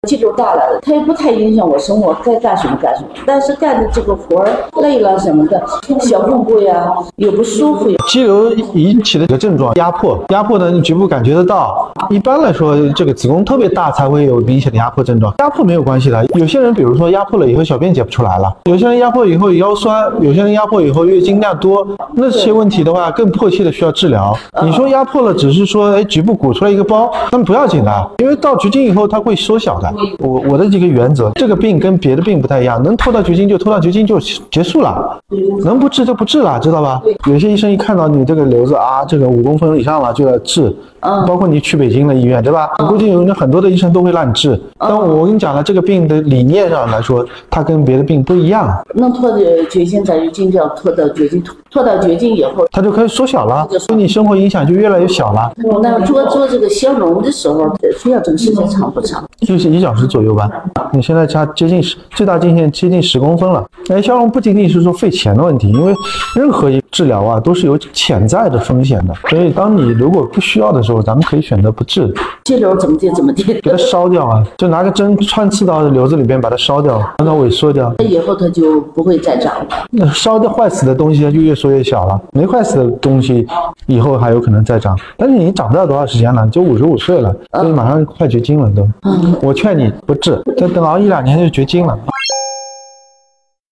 肌瘤大了，它又不太影响我生活，该干什么干什么。但是干的这个活儿累了什么的，小腹部呀又不舒服。 肌瘤引起的一个症状压迫呢，你局部感觉得到。一般来说，这个子宫特别大才会有明显的压迫症状。压迫没有关系的，有些人比如说压迫了以后小便解不出来了，有些人压迫以后腰酸，有些人压迫以后月经量多，那些问题的话更迫切的需要治疗。你说压迫了只是说局部鼓出来一个包，那么不要紧的，因为到绝经以后它会缩小的。我的几个原则，这个病跟别的病不太一样，能拖到绝经就拖到绝经就结束了，能不治就不治了，知道吧？有些医生一看到你这个瘤子啊，这个5公分以上了就要治，包括你去北京的医院，对吧？我估计有很多的医生都会让你治，但我跟你讲了，这个病的理念上来说，它跟别的病不一样。 能拖的绝经咱就尽量拖到绝经，拖到绝经以后， 它就可以缩小了，对你生活影响就越来越小了。 那做这个消融的时候，需要这个时间长不长？ 就是1小时左右吧。你现在最大径线接近10公分了。消融不仅仅是说费钱的问题，因为任何治疗啊都是有潜在的风险的，所以当你如果不需要的时候，咱们可以选择不治。 肌瘤怎么地， 给它烧掉啊，就拿个针穿刺到瘤子里边把它烧掉，让它萎缩掉。 以后它就不会再长了。 那烧掉坏死的东西它就越缩越小了，没坏死的东西以后还有可能再长，但是你长不了多少时间了，就55岁了，所以马上快绝经了都。我劝你不治，再等熬1-2年就绝经了。